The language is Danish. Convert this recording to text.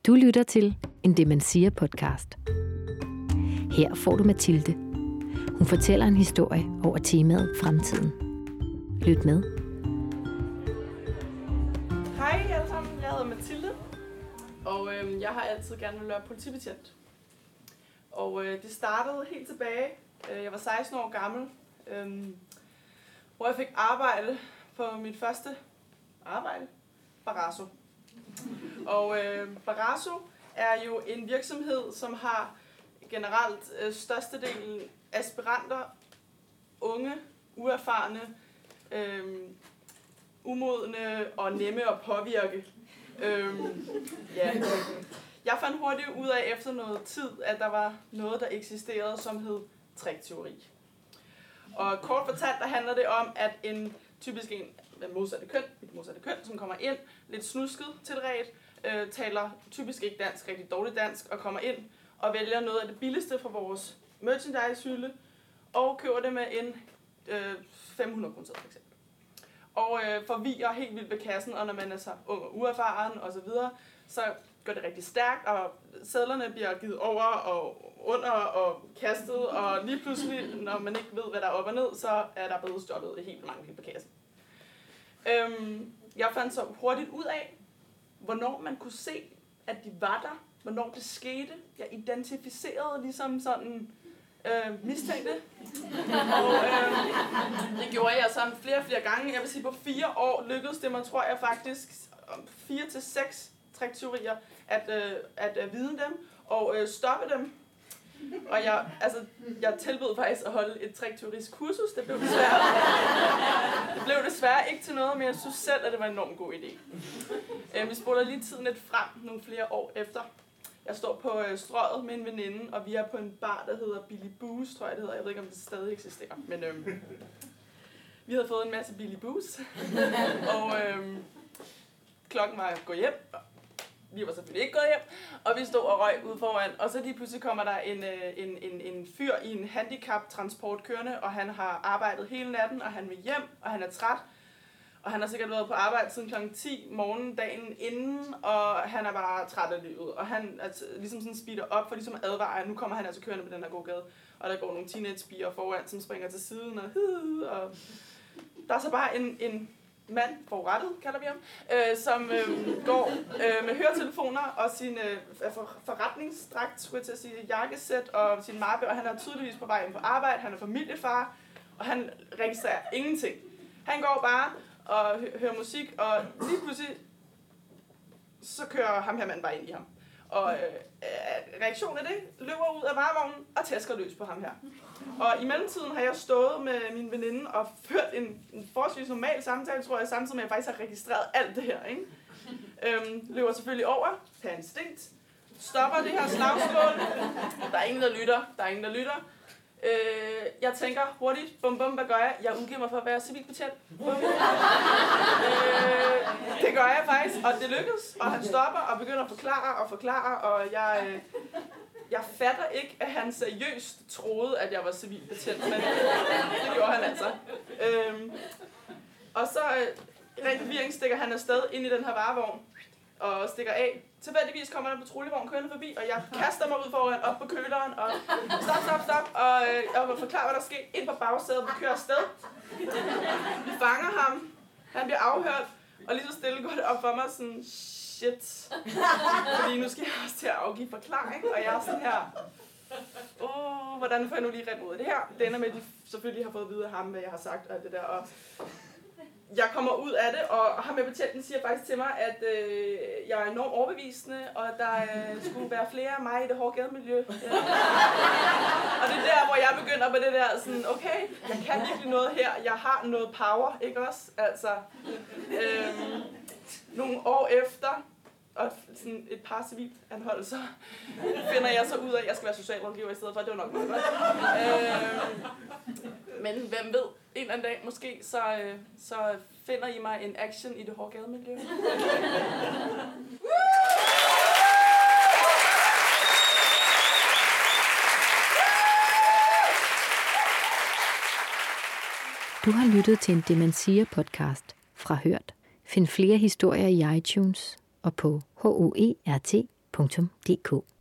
Du lytter til en Demensia-podcast. Her får du Mathilde. Hun fortæller en historie over temaet fremtiden. Lyt med. Hej alle sammen, jeg hedder Mathilde, og jeg har altid gerne vil være politibetjent. Og det startede helt tilbage, jeg var 16 år gammel, hvor jeg fik arbejde på mit første arbejde, Barrasso. Og Barrasso er jo en virksomhed, som har generelt størstedelen aspiranter, unge, uerfarne, umodne og nemme at påvirke. Ja. Jeg fandt hurtigt ud af efter noget tid, at der var noget, der eksisterede, som hed trickteori. Og kort fortalt, der handler det om, at typisk en med modsatte køn, som kommer ind, lidt snusket tilredt, taler typisk ikke dansk, rigtig dårligt dansk, og kommer ind og vælger noget af det billigste fra vores merchandise-hylde, og køber det med en 500 kroner for eksempel. Og forvirrer helt vildt ved kassen, og når man er så ung og uerfaren og så videre, så går det rigtig stærkt, og sedlerne bliver givet over og under og kastet, og lige pludselig, når man ikke ved, hvad der er op og ned, så er der blevet stjålet helt mange penge på kassen. Jeg fandt så hurtigt ud af, hvornår man kunne se, at de var der, hvornår det skete. Jeg identificerede ligesom sådan mistænkte. Og det gjorde jeg sammen flere gange. Jeg vil sige, på 4 år lykkedes det mig, tror jeg faktisk, 4 til 6 trickteorier at vide dem og stoppe dem. Og jeg tilbød faktisk at holde et trickteorisk kursus. Det blev desværre ikke til noget, men jeg synes selv, at det var en enormt god idé. Vi spoler lige tiden lidt frem nogle flere år efter. Jeg står på Strøget med en veninde, og vi er på en bar, der hedder Billy Boos, tror jeg det hedder. Jeg ved ikke, om det stadig eksisterer, men vi havde fået en masse Billy Boos. Og klokken var at gå hjem. Vi var selvfølgelig ikke gået hjem, og vi stod og røg ude foran. Og så lige pludselig kommer der en fyr i en handicap-transport kørende, og han har arbejdet hele natten, og han vil hjem, og han er træt. Og han har sikkert været på arbejde siden kl. 10 morgen dagen inden, og han er bare træt af livet. Og han ligesom sådan speeder op for ligesom at advare, nu kommer han altså kørende på den her gågade. Og der går nogle teenagepiger foran, som springer til siden, og der er så bare en mand, forurettet kalder vi ham, som går med høretelefoner og sin forretningsdragt, skulle jeg til at sige, jakkesæt og sin mappe, og han er tydeligvis på vej ind på arbejde, han er familiefar, og han registrerer ingenting. Han går bare og hører musik, og lige pludselig så kører ham her mand bare ind i ham. Og reaktionen af det løber ud af varevognen og tæsker løs på ham her. Og i mellemtiden har jeg stået med min veninde og ført en forholdsvis normal samtale, tror jeg, samtidig med at jeg faktisk har registreret alt det her. Ikke? Løber selvfølgelig over, per instinkt, stopper det her slagsmål. Der er ingen, der lytter. Jeg tænker hurtigt, bum, hvad gør jeg? Jeg udgiver mig for at være civilbetjent. Det gør jeg faktisk, og det lykkedes. Og han stopper og begynder at forklare, og jeg fatter ikke, at han seriøst troede, at jeg var civilbetjent, men det gjorde han altså. Og så rent forvirring stikker han afsted ind i den her varevogn og stikker af. Tilfældigvis kommer der en patruljevogn kørende forbi, og jeg kaster mig ud foran, op på køleren, og stop, og jeg forklarer, hvad der sker. Ind på bagsædet, vi kører afsted. Vi fanger ham, han bliver afhørt, og lige så stille går det op for mig sådan, shit. Fordi nu skal jeg også til at afgive forklaring, og jeg er sådan her, hvordan får jeg nu lige ret ud af det her? Det ender med, at de selvfølgelig har fået at vide af ham, hvad jeg har sagt og alt det der, og jeg kommer ud af det, og ham med betjenten siger faktisk til mig, at jeg er enormt overbevisende, og der skulle være flere af mig i det hårde gademiljø. Ja. Og det er der, hvor jeg begynder på det der, sådan, okay, jeg kan virkelig noget her, jeg har noget power, ikke også? Altså, nogle år efter, og sådan et par civilanholdelser, finder jeg så ud af, at jeg skal være socialrådgiver i stedet for, det var nok meget godt. Men hvem ved, en eller anden dag måske, så finder I mig en action i det hårde gademiljø. Du har lyttet til en Demensia-podcast fra Hørt. Find flere historier i iTunes og på hoert.dk. www.nota.dk.